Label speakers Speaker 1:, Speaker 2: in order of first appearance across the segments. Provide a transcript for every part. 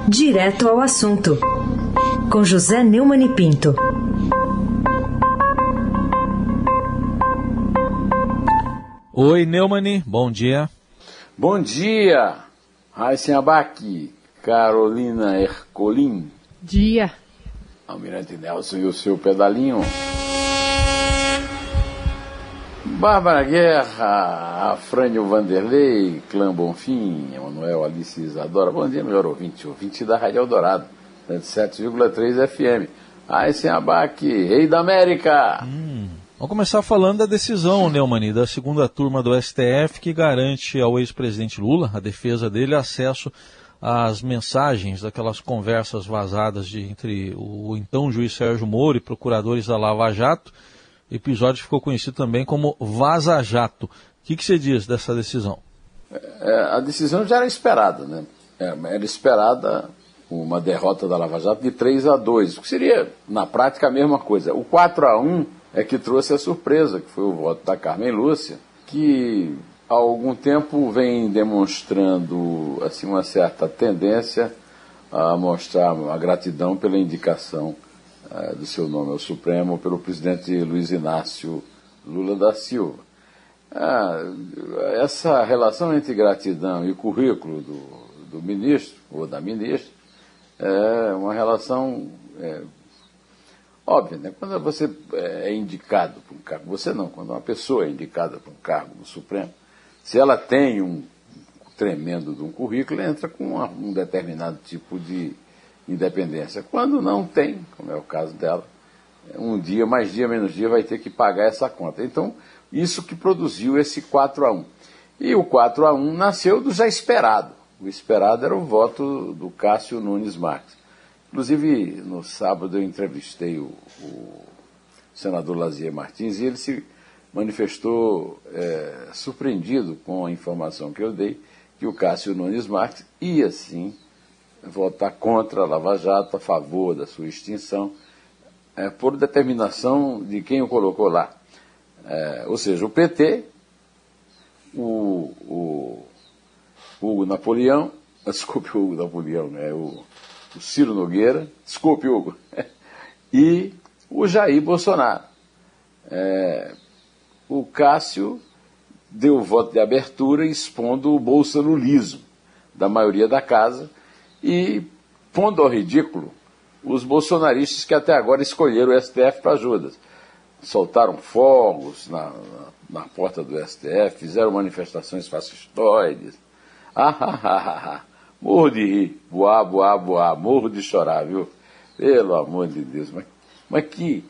Speaker 1: Direto ao assunto, com José Neumann e Pinto.
Speaker 2: Oi, Neumann, bom dia.
Speaker 3: Bom dia, Raíssen Abac, Carolina Ercolim.
Speaker 4: Dia.
Speaker 3: Almirante Nelson e o seu pedalinho. Bárbara Guerra, Afrânio Vanderlei, Clã Bonfim, Emanuel Alice Isadora. Bom dia, melhor ouvinte da Rádio Eldorado, 107,3 FM. Raíssen Abac, Rei da América.
Speaker 2: Vamos começar falando da decisão, Neumann, da segunda turma do STF, que garante ao ex-presidente Lula, a defesa dele, acesso às mensagens daquelas conversas vazadas entre o então juiz Sérgio Moro e procuradores da Lava Jato. O episódio ficou conhecido também como Vaza Jato. O que você diz dessa decisão?
Speaker 3: A decisão já era esperada, né? Era esperada uma derrota da Lava Jato de 3-2, o que seria, na prática, a mesma coisa. O 4-1 é que trouxe a surpresa, que foi o voto da Carmen Lúcia, que há algum tempo vem demonstrando assim, uma certa tendência a mostrar a gratidão pela indicação do seu nome ao Supremo pelo presidente Luiz Inácio Lula da Silva. Essa relação entre gratidão e currículo do ministro, ou da ministra, é uma relação óbvia, né? Quando você é indicado para um cargo, você não, quando uma pessoa é indicada para um cargo no Supremo, se ela tem um tremendo de um currículo, entra com um determinado tipo de independência. Quando não tem, como é o caso dela, um dia, mais dia, menos dia, vai ter que pagar essa conta. Então, isso que produziu esse 4-1. E o 4-1 nasceu do já esperado. O esperado era o voto do Cássio Nunes Marques. Inclusive, no sábado eu entrevistei o senador Lazier Martins e ele se manifestou surpreendido com a informação que eu dei, que o Cássio Nunes Marques ia sim votar contra a Lava Jato, a favor da sua extinção, por determinação de quem o colocou lá. Ou seja, o PT, o Hugo Napoleão, desculpe o Hugo Napoleão, o Ciro Nogueira, desculpe Hugo, e o Jair Bolsonaro. O Cássio deu o voto de abertura expondo o bolsonulismo da maioria da casa, e pondo ao ridículo os bolsonaristas que até agora escolheram o STF para Judas. Soltaram fogos na porta do STF, fizeram manifestações fascistoides. Morro de rir, boá, morro de chorar, viu? Pelo amor de Deus, mas que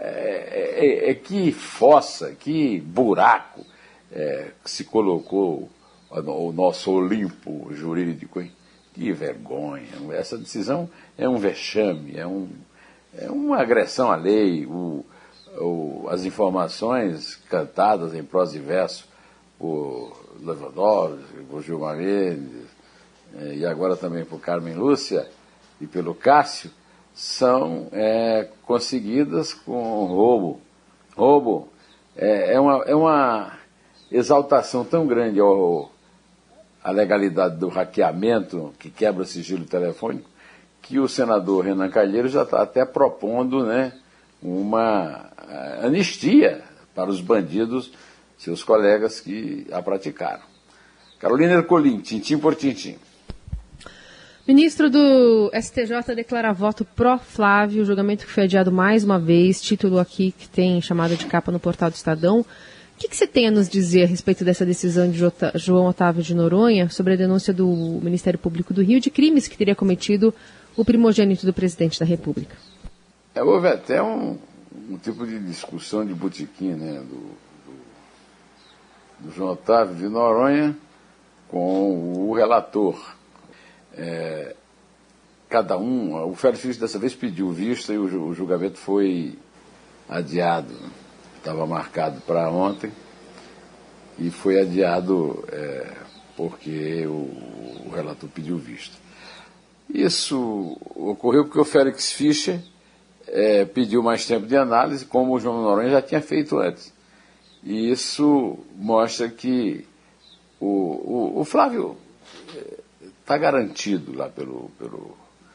Speaker 3: fossa, que buraco que se colocou o nosso Olimpo jurídico, hein? Que vergonha. Essa decisão é um vexame, é uma agressão à lei. As informações cantadas em prosa e verso por Lewandowski, por Gilmar Mendes, e agora também por Carmen Lúcia e pelo Cássio, são conseguidas com roubo. Roubo é uma exaltação tão grande a legalidade do hackeamento, que quebra o sigilo telefônico, que o senador Renan Calheiros já está até propondo, né, uma anistia para os bandidos, seus colegas que a praticaram. Carolina Ercolim, tintim por tintim.
Speaker 4: Ministro do STJ declara voto pró-Flávio, julgamento que foi adiado mais uma vez, título aqui que tem chamada de capa no portal do Estadão. O que você tem a nos dizer a respeito dessa decisão de João Otávio de Noronha sobre a denúncia do Ministério Público do Rio de crimes que teria cometido o primogênito do presidente da República?
Speaker 3: Houve até um tipo de discussão de botequim, né, do João Otávio de Noronha com o relator. Cada um, o Félix Filho dessa vez pediu vista e o julgamento foi adiado. Estava marcado para ontem e foi adiado porque o relator pediu vista. Isso ocorreu porque o Félix Fischer pediu mais tempo de análise, como o João Noronha já tinha feito antes. E isso mostra que o Flávio está garantido lá pelo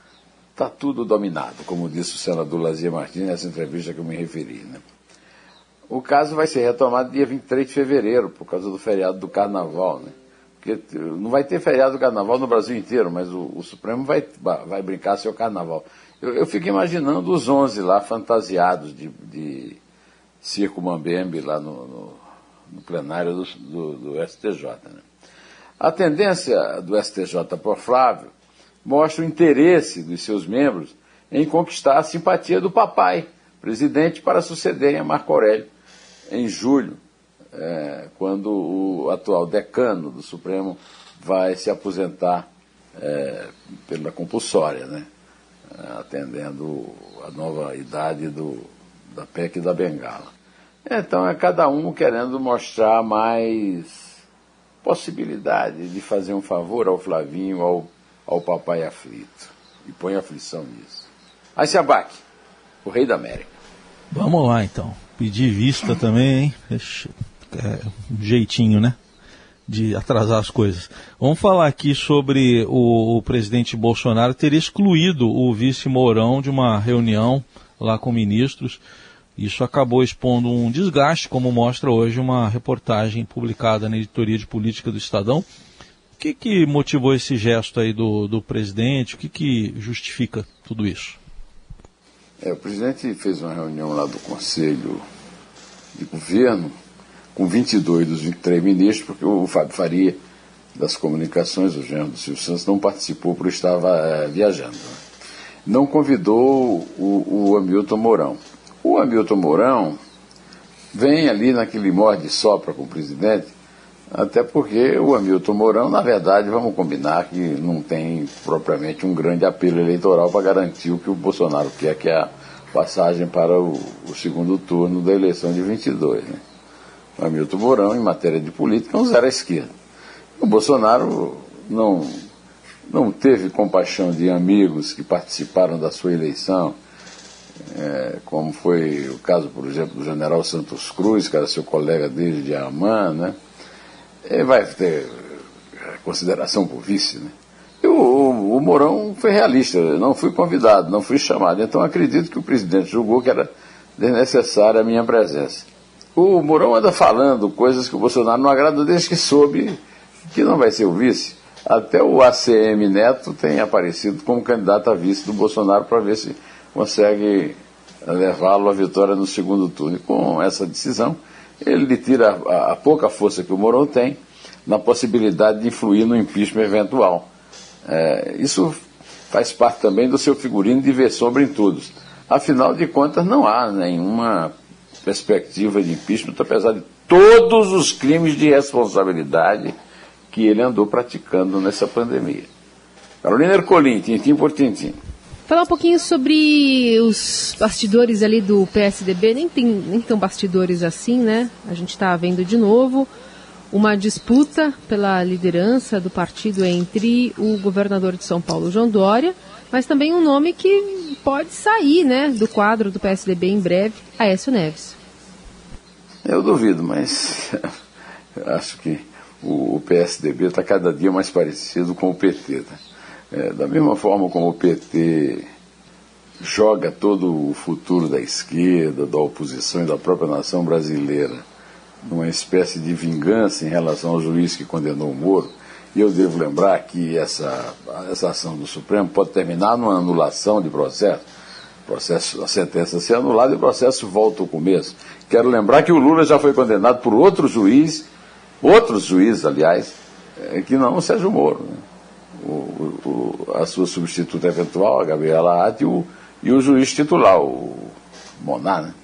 Speaker 3: está tudo dominado, como disse o senador Lazier Martins nessa entrevista que eu me referi, né? O caso vai ser retomado dia 23 de fevereiro, por causa do feriado do Carnaval, né? Porque não vai ter feriado do Carnaval no Brasil inteiro, mas o Supremo vai brincar seu Carnaval. Eu fico imaginando os 11 lá fantasiados de circo mambembe lá no plenário do STJ, né? A tendência do STJ por Flávio mostra o interesse dos seus membros em conquistar a simpatia do papai, presidente, para sucederem a Marco Aurélio em julho, quando o atual decano do Supremo vai se aposentar pela compulsória, né? Atendendo a nova idade da PEC e da Bengala. Então é cada um querendo mostrar mais possibilidade de fazer um favor ao Flavinho, ao papai aflito. E põe aflição nisso. Aí se abaque, o rei da América.
Speaker 2: Vamos lá, então. Pedir vista também, hein? Um jeitinho, né? De atrasar as coisas. Vamos falar aqui sobre o presidente Bolsonaro ter excluído o vice Mourão de uma reunião lá com ministros. Isso acabou expondo um desgaste, como mostra hoje uma reportagem publicada na editoria de política do Estadão. O que motivou esse gesto aí do presidente? O que justifica tudo isso?
Speaker 3: O presidente fez uma reunião lá do Conselho de Governo com 22 dos 23 ministros, porque o Fábio Faria, das Comunicações, o genro do Silvio Santos, não participou porque estava viajando. Não convidou o Hamilton Mourão. O Hamilton Mourão vem ali naquele morde-sopra com o presidente, até porque o Hamilton Mourão, na verdade, vamos combinar que não tem propriamente um grande apelo eleitoral para garantir o que o Bolsonaro quer, que é a passagem para o segundo turno da eleição de 22, né? O Hamilton Mourão, em matéria de política, é um zero à esquerda. O Bolsonaro não teve compaixão de amigos que participaram da sua eleição, como foi o caso, por exemplo, do general Santos Cruz, que era seu colega desde Amman, né? Ele vai ter consideração por vice, né? E o Mourão foi realista, não fui convidado, não fui chamado, então acredito que o presidente julgou que era desnecessária a minha presença. O Mourão anda falando coisas que o Bolsonaro não agrada desde que soube que não vai ser o vice. Até o ACM Neto tem aparecido como candidato a vice do Bolsonaro para ver se consegue levá-lo à vitória no segundo turno. E com essa decisão, ele lhe tira a pouca força que o Mourão tem na possibilidade de influir no impeachment eventual. Isso faz parte também do seu figurino de ver sombra em todos. Afinal de contas, não há nenhuma perspectiva de impeachment, apesar de todos os crimes de responsabilidade que ele andou praticando nessa pandemia. Carolina Ercolim, tintim por tintim.
Speaker 4: Falar um pouquinho sobre os bastidores ali do PSDB, nem tão bastidores assim, né? A gente está vendo de novo uma disputa pela liderança do partido entre o governador de São Paulo, João Dória, mas também um nome que pode sair, né, do quadro do PSDB em breve, Aécio Neves.
Speaker 3: Eu duvido, mas acho que o PSDB está cada dia mais parecido com o PT, né? Da mesma forma como o PT joga todo o futuro da esquerda, da oposição e da própria nação brasileira numa espécie de vingança em relação ao juiz que condenou o Moro, e eu devo lembrar que essa ação do Supremo pode terminar numa anulação de processo, a sentença ser anulada e o processo volta ao começo. Quero lembrar que o Lula já foi condenado por outros juízes, aliás, que não o Sérgio Moro, né? A sua substituta eventual, a Gabriela Hatti, e o juiz titular, o Monar, né?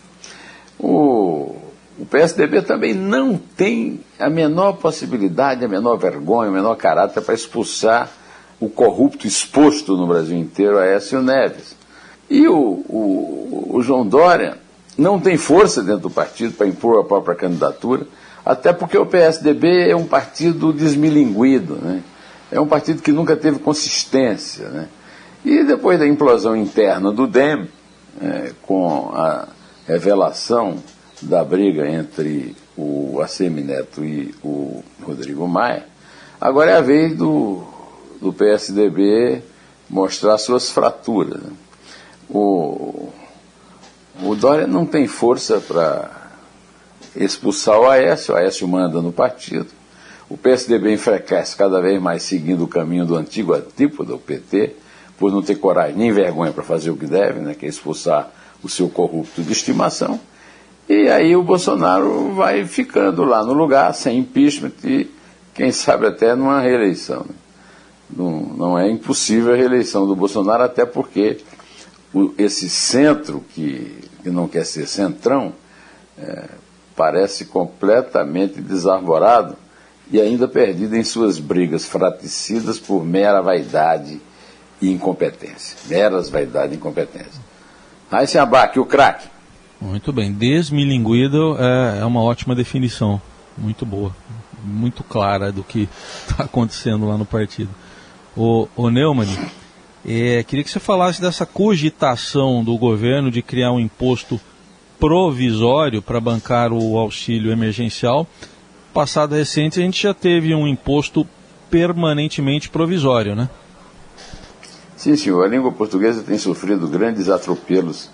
Speaker 3: O PSDB também não tem a menor possibilidade, a menor vergonha, o menor caráter para expulsar o corrupto exposto no Brasil inteiro, Aécio Neves. E o João Dória não tem força dentro do partido para impor a própria candidatura, até porque o PSDB é um partido desmilinguido, né? É um partido que nunca teve consistência, né? E depois da implosão interna do DEM, com a revelação da briga entre o ACM Neto e o Rodrigo Maia, agora é a vez do PSDB mostrar suas fraturas, né? O Dória não tem força para expulsar o Aécio manda no partido. O PSDB enfraquece cada vez mais seguindo o caminho do antigo antípoda, o PT, por não ter coragem nem vergonha para fazer o que deve, né, que é expulsar o seu corrupto de estimação. E aí o Bolsonaro vai ficando lá no lugar, sem impeachment e, quem sabe, até numa reeleição. Né? Não é impossível a reeleição do Bolsonaro, até porque esse centro, que não quer ser centrão, parece completamente desarvorado e ainda perdido em suas brigas fraticidas por mera vaidade e incompetência. Meras vaidade e incompetência. Raíssa Abac, o craque.
Speaker 2: Muito bem. Desmilinguido é uma ótima definição. Muito boa. Muito clara do que está acontecendo lá no partido. O Neumann, queria que você falasse dessa cogitação do governo de criar um imposto provisório para bancar o auxílio emergencial. Passado recente, a gente já teve um imposto permanentemente provisório, né?
Speaker 3: Sim, senhor. A língua portuguesa tem sofrido grandes atropelos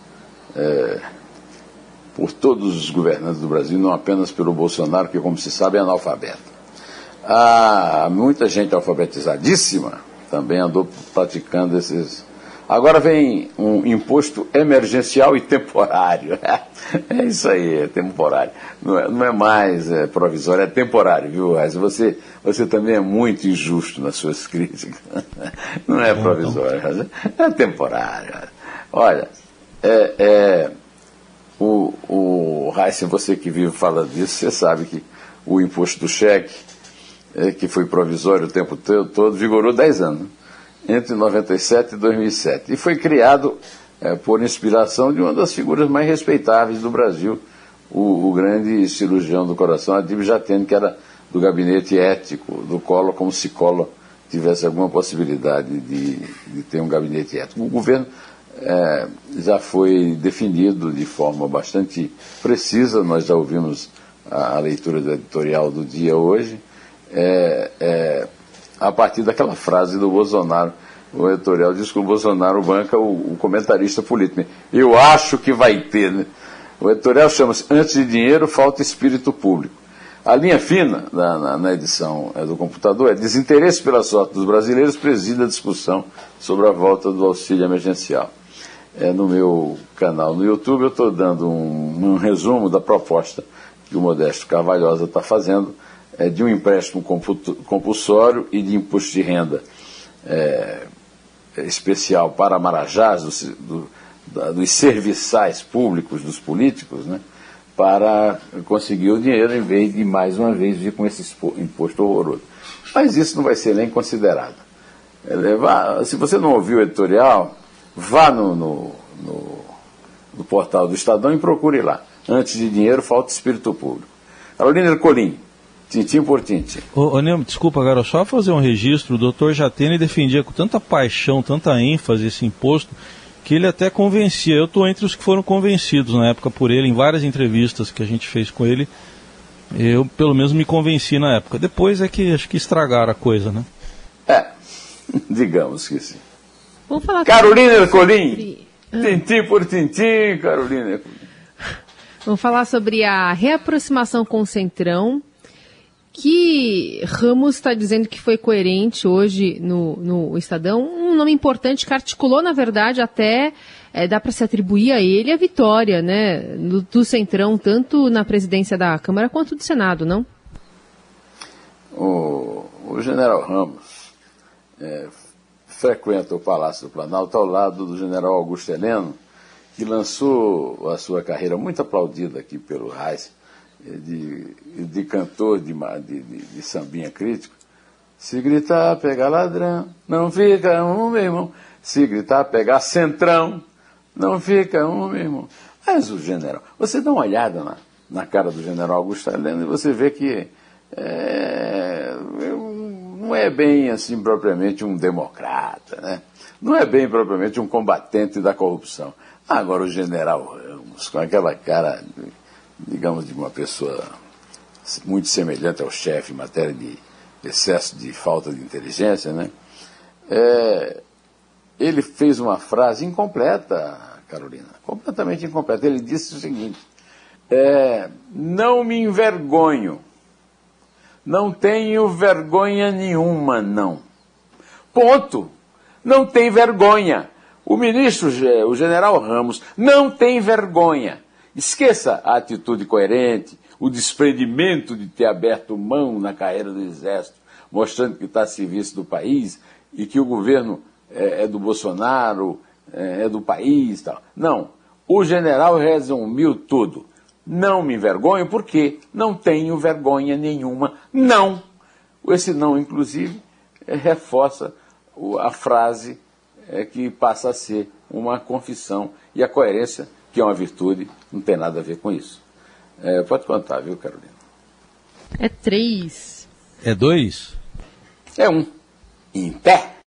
Speaker 3: por todos os governantes do Brasil, não apenas pelo Bolsonaro, que, como se sabe, é analfabeto. Há muita gente alfabetizadíssima também andou praticando esses... Agora vem um imposto emergencial e temporário. É isso aí, é temporário. Não é mais provisório, é temporário, viu, Raíssa? Você também é muito injusto nas suas críticas. Não é provisório, é temporário. Olha, Raíssa, você que vive falando disso, você sabe que o imposto do cheque, que foi provisório o tempo todo, vigorou 10 anos. Entre 97 e 2007. E foi criado por inspiração de uma das figuras mais respeitáveis do Brasil, o grande cirurgião do coração, Adib Jatene, que era do gabinete ético do Collor, como se Collor tivesse alguma possibilidade de ter um gabinete ético. O governo já foi definido de forma bastante precisa, nós já ouvimos a leitura do editorial do dia hoje, a partir daquela frase do Bolsonaro. O editorial diz que o Bolsonaro banca o comentarista político. Eu acho que vai ter, né? O editorial chama-se Antes de Dinheiro, Falta Espírito Público. A linha fina, na edição do computador, é desinteresse pela sorte dos brasileiros preside a discussão sobre a volta do auxílio emergencial. No meu canal no YouTube eu estou dando um resumo da proposta que o Modesto Carvalhosa está fazendo, de um empréstimo compulsório e de imposto de renda especial para marajás dos serviçais públicos dos políticos, né, para conseguir o dinheiro em vez de, mais uma vez, vir com esse imposto horroroso. Mas isso não vai ser nem considerado. Se você não ouviu o editorial, vá no portal do Estadão e procure lá. Antes de dinheiro, falta espírito público. Carolina Ercolim, tintim por tintim.
Speaker 2: Neumann, desculpa, agora só fazer um registro. O doutor Jatene defendia com tanta paixão, tanta ênfase esse imposto, que ele até convencia. Eu estou entre os que foram convencidos na época por ele, em várias entrevistas que a gente fez com ele. Eu, pelo menos, me convenci na época. Depois é que acho que estragaram a coisa, né?
Speaker 3: Digamos que sim.
Speaker 4: Vamos falar
Speaker 3: Carolina Ercolim, tintim por tintim, Carolina Ercolim.
Speaker 4: Vamos falar sobre a reaproximação com o Centrão, que Ramos está dizendo que foi coerente hoje no Estadão, um nome importante que articulou, na verdade, até dá para se atribuir a ele a vitória, né, do Centrão, tanto na presidência da Câmara quanto do Senado, não?
Speaker 3: O general Ramos frequenta o Palácio do Planalto ao lado do general Augusto Heleno, que lançou a sua carreira muito aplaudida aqui pelo Reis, de cantor de sambinha crítico. Se gritar, pegar ladrão, não fica um, meu irmão. Se gritar, pegar centrão, não fica um, meu irmão. Mas o general, você dá uma olhada na cara do general Augusto Heleno e você vê que não é bem assim propriamente um democrata, né? Não é bem propriamente um combatente da corrupção. Agora o general Ramos, com aquela cara, digamos, de uma pessoa muito semelhante ao chefe em matéria de excesso de falta de inteligência, né? ele fez uma frase incompleta, Carolina, completamente incompleta. Ele disse o seguinte: não me envergonho, não tenho vergonha nenhuma, não. Ponto. Não tem vergonha. O ministro, o general Ramos, não tem vergonha. Esqueça a atitude coerente, o desprendimento de ter aberto mão na carreira do Exército, mostrando que está a serviço do país e que o governo é do Bolsonaro, é do país e tal. Não. O general resumiu tudo. Não me envergonho porque não tenho vergonha nenhuma. Não. Esse não, inclusive, reforça a frase que passa a ser uma confissão. E a coerência, que é uma virtude, não tem nada a ver com isso. Pode contar, viu, Carolina?
Speaker 4: É 3.
Speaker 2: É 2?
Speaker 3: É 1. Em pé.